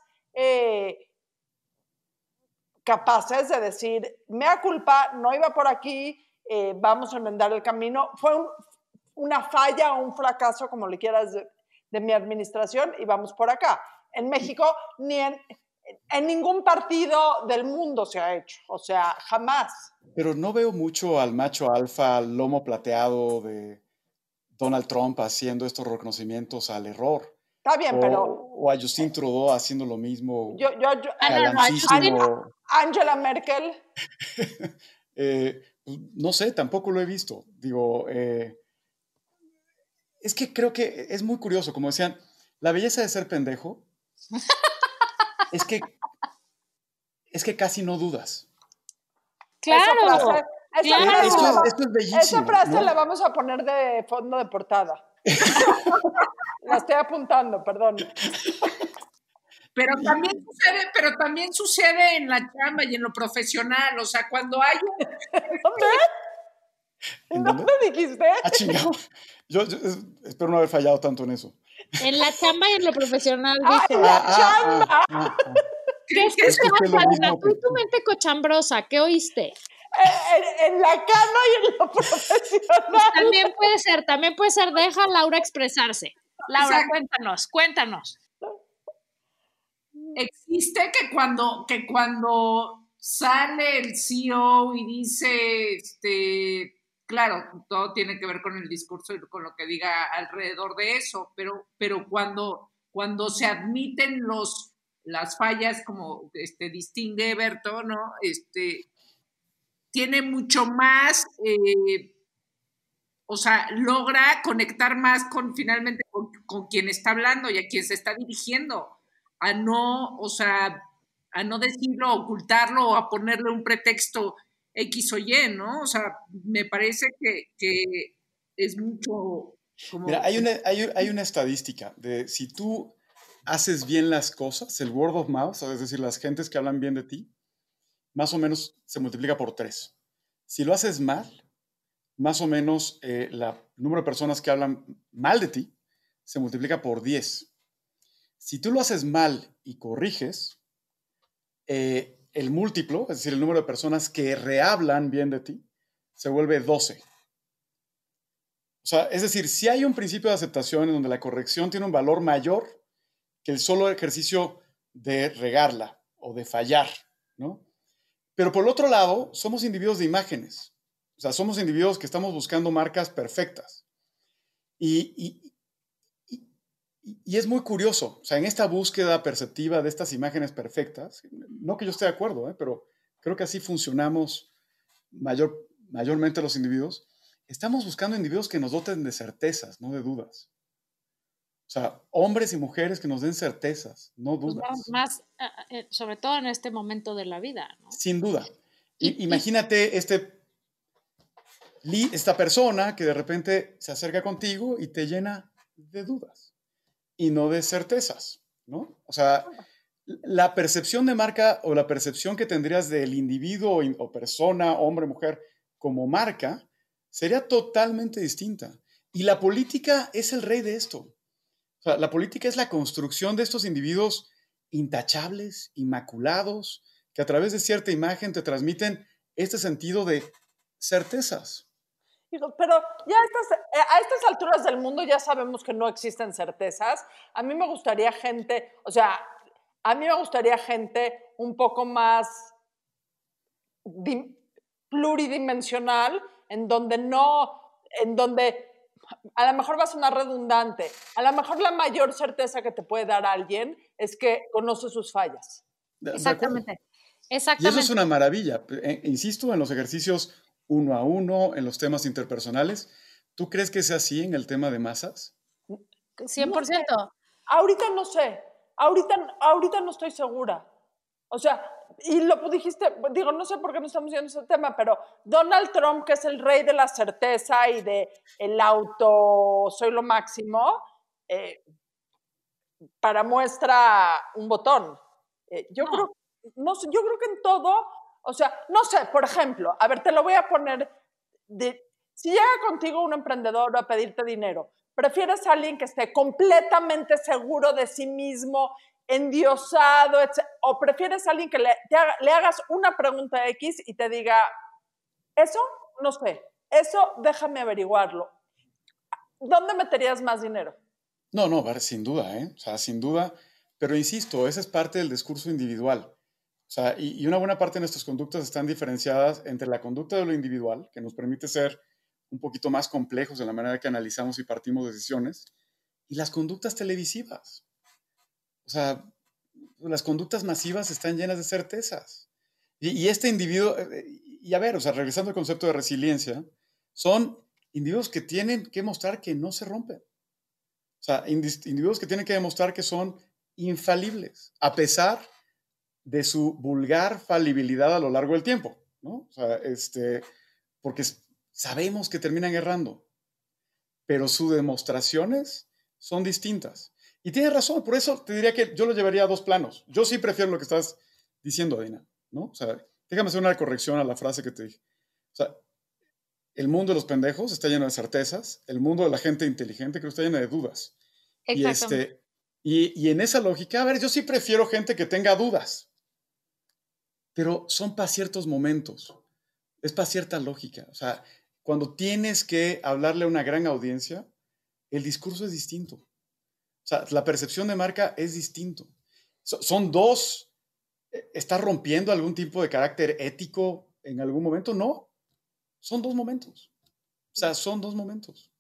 capaces de decir, mea culpa, no iba por aquí, vamos a enmendar el camino. Fue una falla o un fracaso, como le quieras, de mi administración y vamos por acá. En México, ni en ningún partido del mundo se ha hecho, o sea, jamás. Pero no veo mucho al macho alfa, al lomo plateado de Donald Trump haciendo estos reconocimientos al error. Está bien, pero... O a Justin Trudeau haciendo lo mismo. Angela Merkel. No sé, tampoco lo he visto. Digo, es que creo que es muy curioso. Como decían, la belleza de ser pendejo es que casi no dudas. Claro. Esto es bellísimo. Esa frase, ¿no? la vamos a poner de fondo de portada. La estoy apuntando, perdón. Pero también sucede en la chamba y en lo profesional. O sea, cuando hay ¿Dónde dijiste? Ah, chingado. Yo espero no haber fallado tanto en eso. En la chamba y en lo profesional, dije. ¡En la chamba! ¿Crees que tú y tu mente cochambrosa? ¿Qué oíste? En la cama y en lo profesional. También puede ser. Deja a Laura expresarse. Laura, cuéntanos. Existe que cuando sale el CEO y dice, claro, todo tiene que ver con el discurso y con lo que diga alrededor de eso, pero cuando se admiten las fallas, como distingue Berto, ¿no? Tiene mucho más, o sea, logra conectar más finalmente con quien está hablando y a quien se está dirigiendo, a no decirlo, ocultarlo o a ponerle un pretexto X o Y, ¿no? O sea, me parece que es mucho como... Mira, hay una estadística de si tú haces bien las cosas, el word of mouth, es decir, las gentes que hablan bien de ti, más o menos se multiplica por 3. Si lo haces mal, más o menos el número de personas que hablan mal de ti se multiplica por 10. Si tú lo haces mal y corriges, el múltiplo, es decir, el número de personas que rehablan bien de ti, se vuelve 12. O sea, es decir, si hay un principio de aceptación en donde la corrección tiene un valor mayor que el solo ejercicio de regarla o de fallar, ¿no? Pero por el otro lado, somos individuos de imágenes. O sea, somos individuos que estamos buscando marcas perfectas. Y es muy curioso. O sea, en esta búsqueda perceptiva de estas imágenes perfectas, no que yo esté de acuerdo, pero creo que así funcionamos mayormente los individuos. Estamos buscando individuos que nos doten de certezas, no de dudas. O sea, hombres y mujeres que nos den certezas, no dudas. Pues más, sobre todo en este momento de la vida, ¿no? Sin duda. Imagínate esta persona que de repente se acerca contigo y te llena de dudas y no de certezas, ¿no? O sea, la percepción de marca o la percepción que tendrías del individuo o persona, hombre, mujer, como marca, sería totalmente distinta. Y la política es el rey de esto. O sea, la política es la construcción de estos individuos intachables, inmaculados, que a través de cierta imagen te transmiten este sentido de certezas. Pero ya a estas alturas del mundo ya sabemos que no existen certezas. A mí me gustaría gente un poco más pluridimensional, en donde a lo mejor va a sonar redundante, a lo mejor la mayor certeza que te puede dar alguien es que conoce sus fallas. Exactamente. Y eso es una maravilla. Insisto, en los ejercicios 1 a 1, en los temas interpersonales. ¿Tú crees que sea así en el tema de masas? 100%. No sé. Ahorita no sé. Ahorita no estoy segura. O sea, y lo dijiste, digo, no sé por qué no estamos viendo ese tema, pero Donald Trump, que es el rey de la certeza y de el auto, soy lo máximo, para muestra un botón. Yo creo que en todo, o sea, no sé, por ejemplo, a ver, te lo voy a poner, si llega contigo un emprendedor a pedirte dinero, ¿prefieres a alguien que esté completamente seguro de sí mismo, endiosado, etc., o prefieres a alguien que le hagas una pregunta X y te diga, eso, no sé, eso déjame averiguarlo? ¿Dónde meterías más dinero? No, sin duda, ¿eh? O sea, sin duda. Pero insisto, esa es parte del discurso individual. O sea, y una buena parte de nuestras conductas están diferenciadas entre la conducta de lo individual, que nos permite ser un poquito más complejos en la manera que analizamos y partimos decisiones, y las conductas televisivas. O sea, las conductas masivas están llenas de certezas. Y este individuo, y a ver, o sea, regresando al concepto de resiliencia, son individuos que tienen que mostrar que no se rompen. O sea, individuos que tienen que demostrar que son infalibles, a pesar de su vulgar falibilidad a lo largo del tiempo, ¿no? O sea, porque sabemos que terminan errando, pero sus demostraciones son distintas. Y tienes razón, por eso te diría que yo lo llevaría a dos planos. Yo sí prefiero lo que estás diciendo, Adina, ¿no? O sea, déjame hacer una corrección a la frase que te dije. O sea, el mundo de los pendejos está lleno de certezas, el mundo de la gente inteligente creo que está lleno de dudas. Y en esa lógica, a ver, yo sí prefiero gente que tenga dudas, pero son para ciertos momentos, es para cierta lógica. O sea, cuando tienes que hablarle a una gran audiencia, el discurso es distinto. O sea, la percepción de marca es distinto. Son dos, ¿estás rompiendo algún tipo de carácter ético en algún momento? No, son dos momentos. O sea, son dos momentos.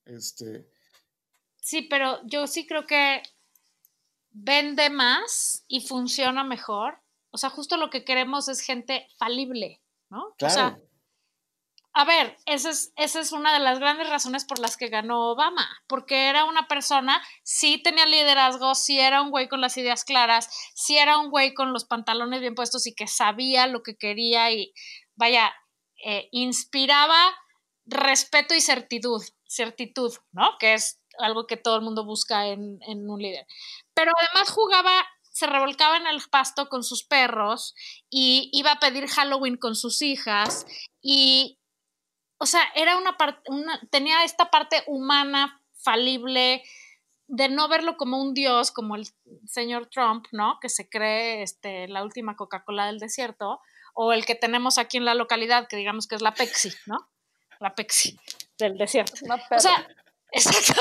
Sí, pero yo sí creo que vende más y funciona mejor. O sea, justo lo que queremos es gente falible, ¿no? Claro. O sea, a ver, esa es una de las grandes razones por las que ganó Obama, porque era una persona, sí tenía liderazgo, sí era un güey con las ideas claras, sí era un güey con los pantalones bien puestos y que sabía lo que quería y, vaya, inspiraba respeto y certitud, ¿no? Que es algo que todo el mundo busca en un líder. Pero además se revolcaba en el pasto con sus perros y iba a pedir Halloween con sus hijas y, o sea, era tenía esta parte humana, falible, de no verlo como un dios, como el señor Trump, ¿no? Que se cree la última Coca-Cola del desierto, o el que tenemos aquí en la localidad, que digamos que es la Pepsi, ¿no? La Pepsi del desierto. O sea, exacto.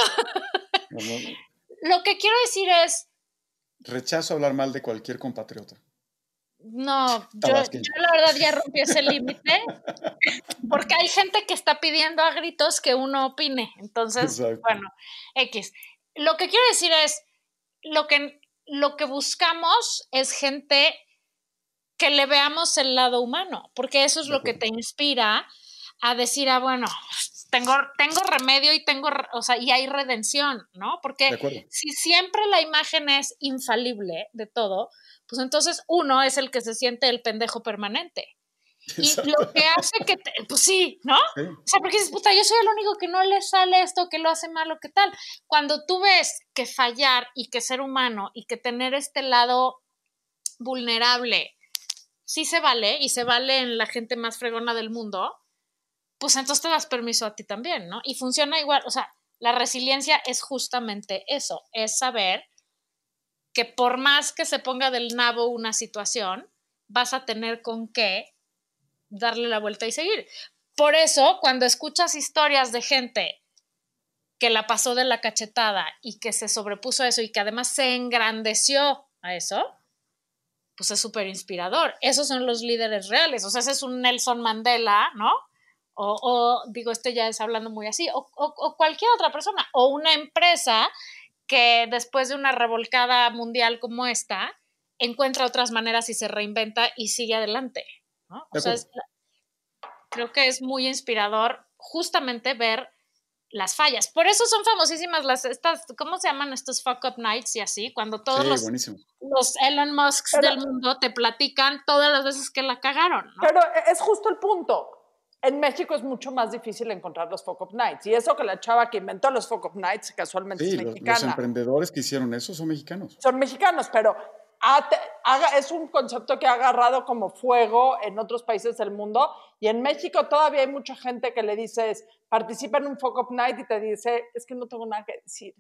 Lo que quiero decir es... Rechazo hablar mal de cualquier compatriota. No, yo la verdad ya rompí ese límite, porque hay gente que está pidiendo a gritos que uno opine. Entonces, exacto. Bueno, X. Lo que quiero decir es, lo que buscamos es gente que le veamos el lado humano, porque eso es lo que te inspira a decir, bueno, tengo remedio y y hay redención, ¿no? Porque si siempre la imagen es infalible de todo, pues entonces uno es el que se siente el pendejo permanente. Exacto. Y lo que hace que, pues sí, ¿no? Sí. O sea, porque dices, puta, yo soy el único que no le sale esto, que lo hace mal o qué tal. Cuando tú ves que fallar y que ser humano y que tener este lado vulnerable sí se vale y se vale en la gente más fregona del mundo, pues entonces te das permiso a ti también, ¿no? Y funciona igual, o sea, la resiliencia es justamente eso, es saber que por más que se ponga del nabo una situación, vas a tener con qué darle la vuelta y seguir. Por eso, cuando escuchas historias de gente que la pasó de la cachetada y que se sobrepuso a eso y que además se engrandeció a eso, pues es súper inspirador. Esos son los líderes reales. O sea, ese es un Nelson Mandela, ¿no? O digo, ya es hablando muy así, o cualquier otra persona, o una empresa que después de una revolcada mundial como esta, encuentra otras maneras y se reinventa y sigue adelante, ¿no? O sea, creo que es muy inspirador justamente ver las fallas. Por eso son famosísimas estas, ¿cómo se llaman estos fuck up nights y así? Cuando todos los Elon Musks del mundo te platican todas las veces que la cagaron, ¿no? Pero es justo el punto. En México es mucho más difícil encontrar los Fuck Up Nights. Y eso que la chava que inventó los Fuck Up Nights casualmente Sí, es los mexicana. emprendedores que hicieron eso son mexicanos. Son mexicanos, pero es un concepto que ha agarrado como fuego en otros países del mundo. Y en México todavía hay mucha gente que le dices, participa en un Fuck Up Night y te dice, es que no tengo nada que decir.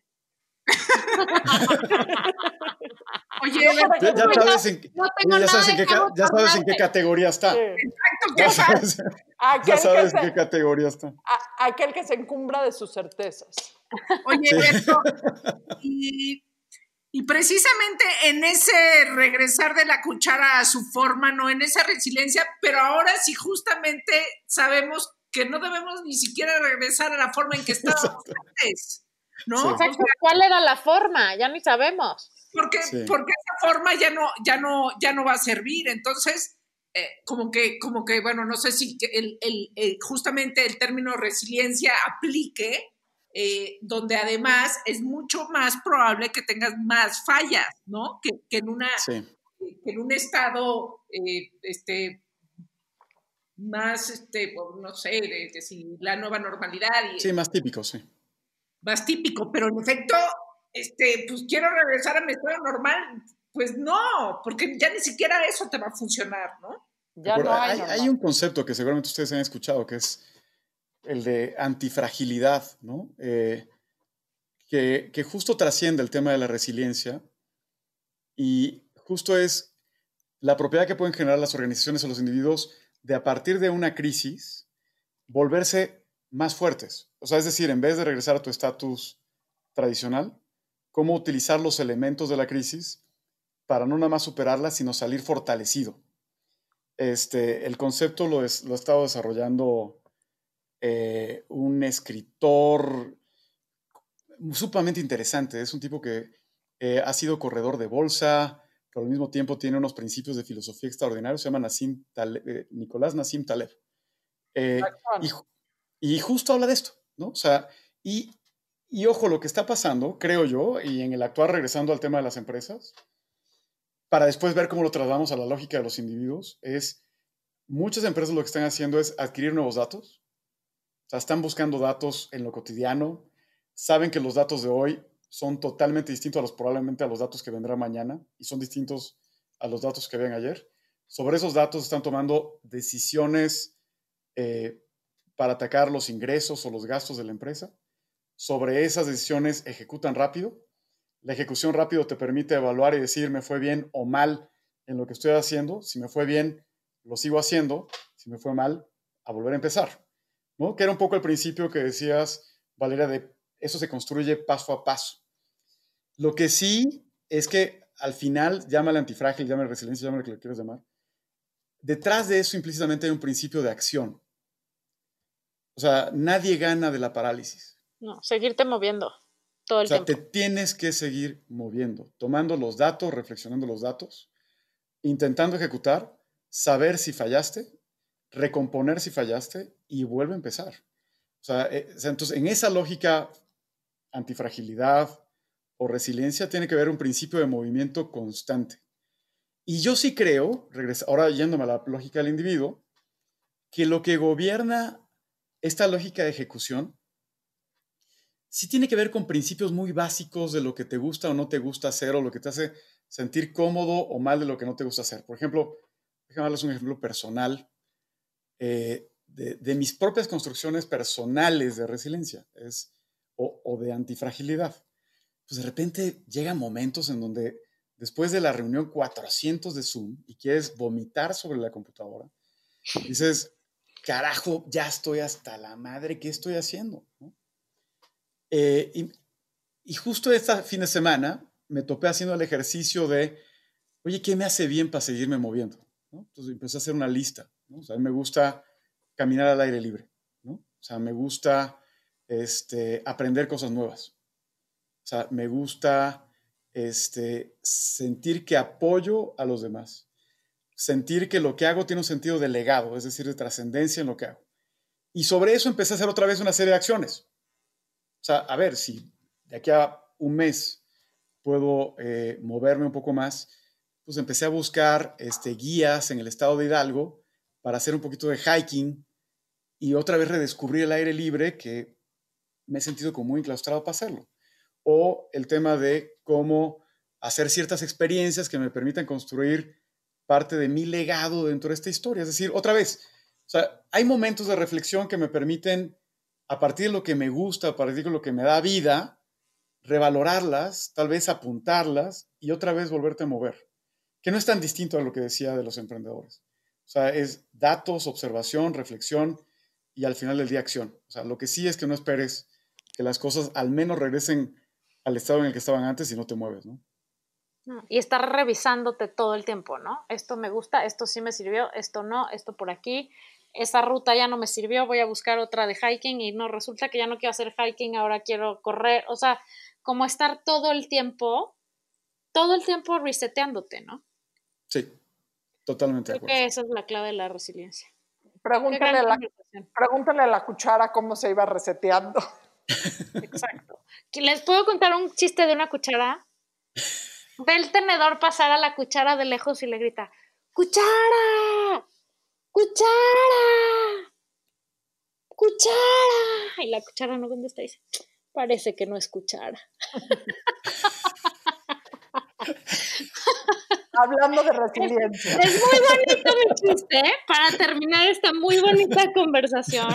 Oye, ya sabes en qué categoría está. Sí. exacto, Ya ¿qué sabes, ya sabes en qué categoría está. Aquel que se encumbra de sus certezas. Oye, Sí. Beto, y precisamente en ese regresar de la cuchara a su forma, no en esa resiliencia, pero ahora sí justamente sabemos que no debemos ni siquiera regresar a la forma en que estábamos antes, ¿no? Sí. Exacto. ¿Cuál era la forma? Ya ni sabemos. Porque esa forma ya no va a servir. Entonces, como que, bueno, no sé si justamente el término resiliencia aplique, donde además es mucho más probable que tengas más fallas, ¿no? Que en un estado más, no sé, de si la nueva normalidad. Sí, más típico, sí. Más típico, pero en efecto, pues quiero regresar a mi estado normal. Pues no, porque ya ni siquiera eso te va a funcionar, ¿no? Ya no hay un concepto que seguramente ustedes han escuchado, que es el de antifragilidad, ¿no? Que justo trasciende el tema de la resiliencia y justo es la propiedad que pueden generar las organizaciones o los individuos de a partir de una crisis volverse más fuertes. O sea, es decir, en vez de regresar a tu estatus tradicional, cómo utilizar los elementos de la crisis para no nada más superarla, sino salir fortalecido. El concepto lo ha estado desarrollando un escritor sumamente interesante. Es un tipo que ha sido corredor de bolsa, pero al mismo tiempo tiene unos principios de filosofía extraordinarios. Se llama Nicolás Nassim Taleb. Y justo habla de esto, ¿no? O sea, y ojo, lo que está pasando, creo yo, y en el actuar regresando al tema de las empresas, para después ver cómo lo trasladamos a la lógica de los individuos, es muchas empresas lo que están haciendo es adquirir nuevos datos. O sea, están buscando datos en lo cotidiano, saben que los datos de hoy son totalmente distintos probablemente a los datos que vendrán mañana y son distintos a los datos que ven ayer. Sobre esos datos están tomando decisiones para atacar los ingresos o los gastos de la empresa. Sobre esas decisiones ejecutan rápido. La ejecución rápido te permite evaluar y decir, me fue bien o mal en lo que estoy haciendo. Si me fue bien, lo sigo haciendo. Si me fue mal, a volver a empezar, ¿no? Que era un poco el principio que decías, Valeria, de eso se construye paso a paso. Lo que sí es que al final, llámale antifrágil, llámale resiliencia, llámale lo que le quieras llamar, detrás de eso implícitamente hay un principio de acción. O sea, nadie gana de la parálisis. No, seguirte moviendo todo el tiempo. Te tienes que seguir moviendo, tomando los datos, reflexionando los datos, intentando ejecutar, saber si fallaste, recomponer si fallaste y vuelve a empezar. O sea, entonces en esa lógica antifragilidad o resiliencia tiene que haber un principio de movimiento constante. Y yo sí creo, ahora yéndome a la lógica del individuo, que lo que gobierna esta lógica de ejecución sí tiene que ver con principios muy básicos de lo que te gusta o no te gusta hacer o lo que te hace sentir cómodo o mal de lo que no te gusta hacer. Por ejemplo, déjame darles un ejemplo personal de mis propias construcciones personales de resiliencia o de antifragilidad. Pues de repente llegan momentos en donde después de la reunión 400 de Zoom y quieres vomitar sobre la computadora, dices, carajo, ya estoy hasta la madre, ¿qué estoy haciendo? ¿No? Y justo este fin de semana me topé haciendo el ejercicio de, oye, ¿qué me hace bien para seguirme moviendo? ¿No? Entonces empecé a hacer una lista, ¿no? O sea, a mí me gusta caminar al aire libre, ¿no? O sea, me gusta aprender cosas nuevas. O sea, me gusta sentir que apoyo a los demás. Sentir que lo que hago tiene un sentido de legado, es decir, de trascendencia en lo que hago. Y sobre eso empecé a hacer otra vez una serie de acciones. O sea, a ver, si de aquí a un mes puedo moverme un poco más, pues empecé a buscar guías en el estado de Hidalgo para hacer un poquito de hiking y otra vez redescubrir el aire libre, que me he sentido como muy enclaustrado para hacerlo. O el tema de cómo hacer ciertas experiencias que me permitan construir parte de mi legado dentro de esta historia. Es decir, otra vez, o sea, hay momentos de reflexión que me permiten, a partir de lo que me gusta, a partir de lo que me da vida, revalorarlas, tal vez apuntarlas y otra vez volverte a mover, que no es tan distinto a lo que decía de los emprendedores. O sea, es datos, observación, reflexión y al final del día acción. O sea, lo que sí es que no esperes que las cosas al menos regresen al estado en el que estaban antes y no te mueves, ¿no? Y estar revisándote todo el tiempo, ¿no? Esto me gusta, esto sí me sirvió, esto no, esto por aquí, esa ruta ya no me sirvió, voy a buscar otra de hiking y no, resulta que ya no quiero hacer hiking, ahora quiero correr, o sea, como estar todo el tiempo reseteándote, ¿no? Sí, totalmente de Creo acuerdo. que esa es la clave de la resiliencia. Pregúntale a la cuchara cómo se iba reseteando. Exacto. ¿Les puedo contar un chiste de una cuchara? Ve el tenedor pasar a la cuchara de lejos y le grita, ¡cuchara! ¡Cuchara! ¡Cuchara! Y la cuchara no contesta y dice, parece que no es cuchara. Hablando de resiliencia. Es muy bonito mi chiste, ¿eh? Para terminar esta muy bonita conversación.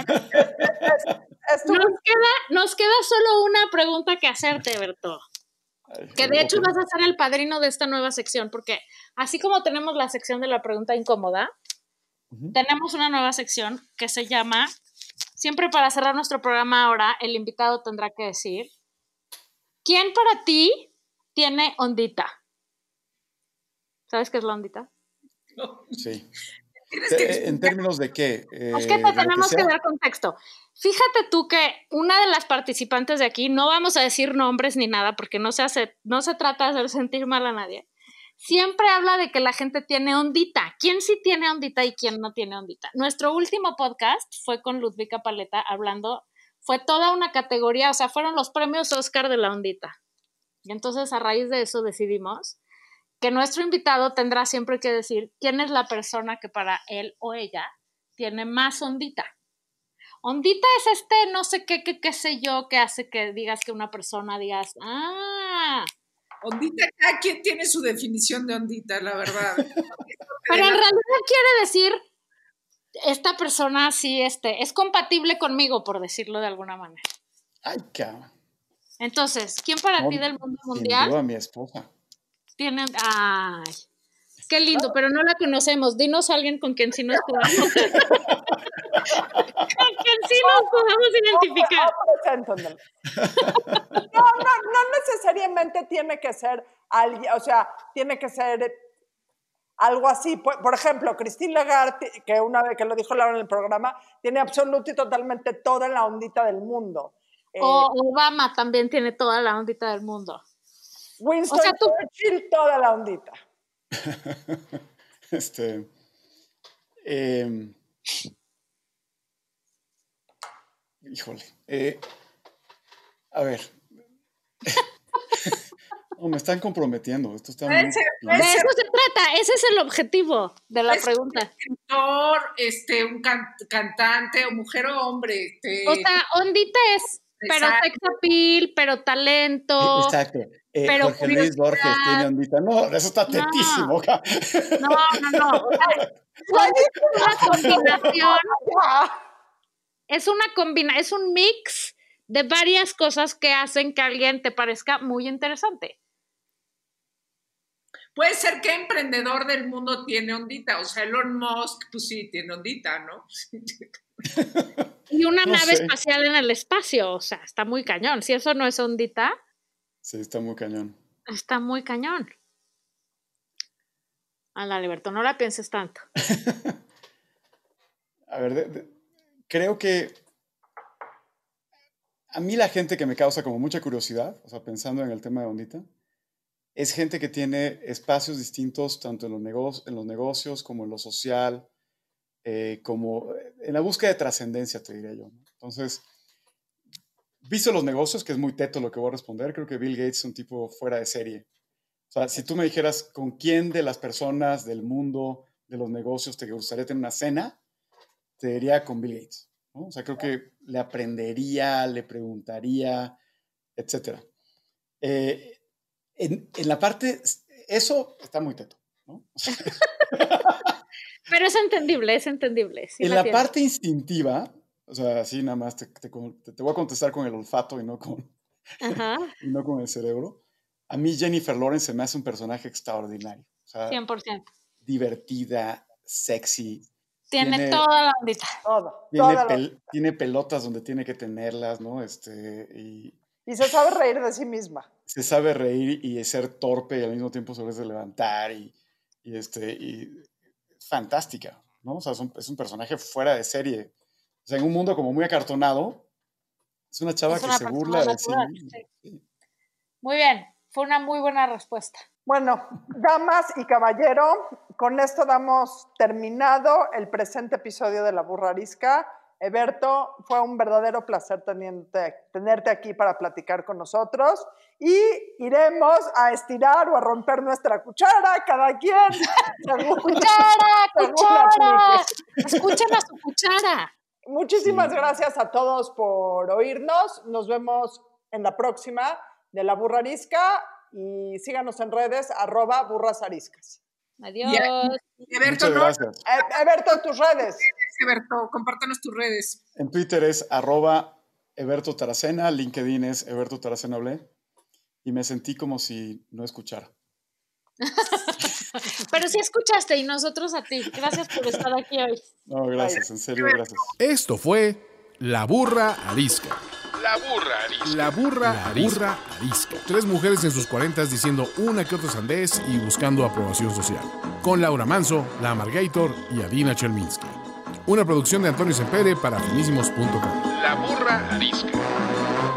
Nos queda solo una pregunta que hacerte, Berto. Que de hecho vas a ser el padrino de esta nueva sección, porque así como tenemos la sección de la pregunta incómoda, tenemos una nueva sección que se llama, siempre para cerrar nuestro programa ahora, el invitado tendrá que decir, ¿quién para ti tiene ondita? ¿Sabes qué es la ondita? No. Sí. Que ¿En términos de qué? Es que te tenemos que dar contexto. Fíjate tú que una de las participantes de aquí, no vamos a decir nombres ni nada porque no se trata de hacer sentir mal a nadie, siempre habla de que la gente tiene ondita. ¿Quién sí tiene ondita y quién no tiene ondita? Nuestro último podcast fue con Ludvika Paleta hablando, fue toda una categoría, o sea, fueron los premios Oscar de la ondita. Y entonces a raíz de eso decidimos que nuestro invitado tendrá siempre que decir quién es la persona que para él o ella tiene más ondita. Ondita es no sé qué sé yo, que hace que digas que una persona digas, ondita, cada quien tiene su definición de ondita, la verdad. Pero en realidad quiere decir, esta persona sí es compatible conmigo, por decirlo de alguna manera. Ay, cabrón. Entonces, ¿quién para ti del mundo mundial? Sin duda, mi esposa. Tiene, ay, qué lindo, pero no la conocemos. Dinos a alguien con quien sí nos podamos. Con quien sí nos podamos identificar. No necesariamente tiene que ser alguien, o sea, tiene que ser algo así. Por ejemplo, Christine Lagarde, que una vez que lo dijo Laura en el programa, tiene absoluto y totalmente toda la ondita del mundo. O Obama también tiene toda la ondita del mundo. Winston Churchill, toda la ondita. Híjole. A ver. No, me están comprometiendo. Esto está de eso se trata. Ese es el objetivo de la pregunta. Un escritor, un cantante, o mujer o hombre. O sea, ondita es, pero sex appeal, pero talento. Exacto. Pero Jorge Luis Borges tiene ondita. No, eso está tetísimo. No. O sea, es una combinación. Es un mix de varias cosas que hacen que alguien te parezca muy interesante. Puede ser que emprendedor del mundo tiene ondita. O sea, Elon Musk, pues sí, tiene ondita, ¿no? Y una nave espacial en el espacio. O sea, está muy cañón. Si eso no es ondita. Sí, está muy cañón. Está muy cañón. Ala, Alberto, no la pienses tanto. A ver, creo que a mí la gente que me causa como mucha curiosidad, o sea, pensando en el tema de ondita, es gente que tiene espacios distintos tanto en los negocios como en lo social, como en la búsqueda de trascendencia, te diría yo, ¿no? Entonces, visto los negocios, que es muy teto lo que voy a responder, creo que Bill Gates es un tipo fuera de serie. O sea, si tú me dijeras con quién de las personas del mundo de los negocios te gustaría tener una cena, te diría con Bill Gates, ¿no? O sea, creo que le aprendería, le preguntaría, etc. En la parte, eso está muy teto, ¿no? O sea, pero es entendible. Sí en la la tiene. parte instintiva, o sea, así nada más te voy a contestar con el olfato y no con el cerebro. A mí Jennifer Lawrence se me hace un personaje extraordinario. O sea, 100%. divertida, sexy. Tiene toda la ondita. Tiene pelotas donde tiene que tenerlas, ¿no? Y se sabe reír de sí misma. Se sabe reír y ser torpe y al mismo tiempo saberse levantar y fantástica, ¿no? O sea, es un personaje fuera de serie. O sea, en un mundo como muy acartonado, es una chava que se burla de sí. Sí. Muy bien, fue una muy buena respuesta. Bueno, damas y caballero, con esto damos terminado el presente episodio de La Burra Arisca. Eberto, fue un verdadero placer tenerte aquí para platicar con nosotros y iremos a estirar o a romper nuestra cuchara, cada quien. ¡Cuchara! Escuchen a su cuchara. Muchísimas gracias a todos por oírnos. Nos vemos en la próxima de La Burra Arisca y síganos en redes @burrasariscas. Adiós. Eberto, muchas gracias. Eberto, tus redes. Eberto, compártanos tus redes. En Twitter es @Eberto Taracena, LinkedIn es Eberto Taracena Ble, y me sentí como si no escuchara. Pero sí escuchaste y nosotros a ti. Gracias por estar aquí hoy. No, gracias, en serio, gracias. Esto fue La Burra Arisca. La burra arisca. La burra arisca. 3 mujeres en sus 40s diciendo una que otra sandez y buscando aprobación social. Con Laura Manso, La Amargator y Adina Chelminsky. Una producción de Antonio Sempere para finísimos.com. La burra arisca.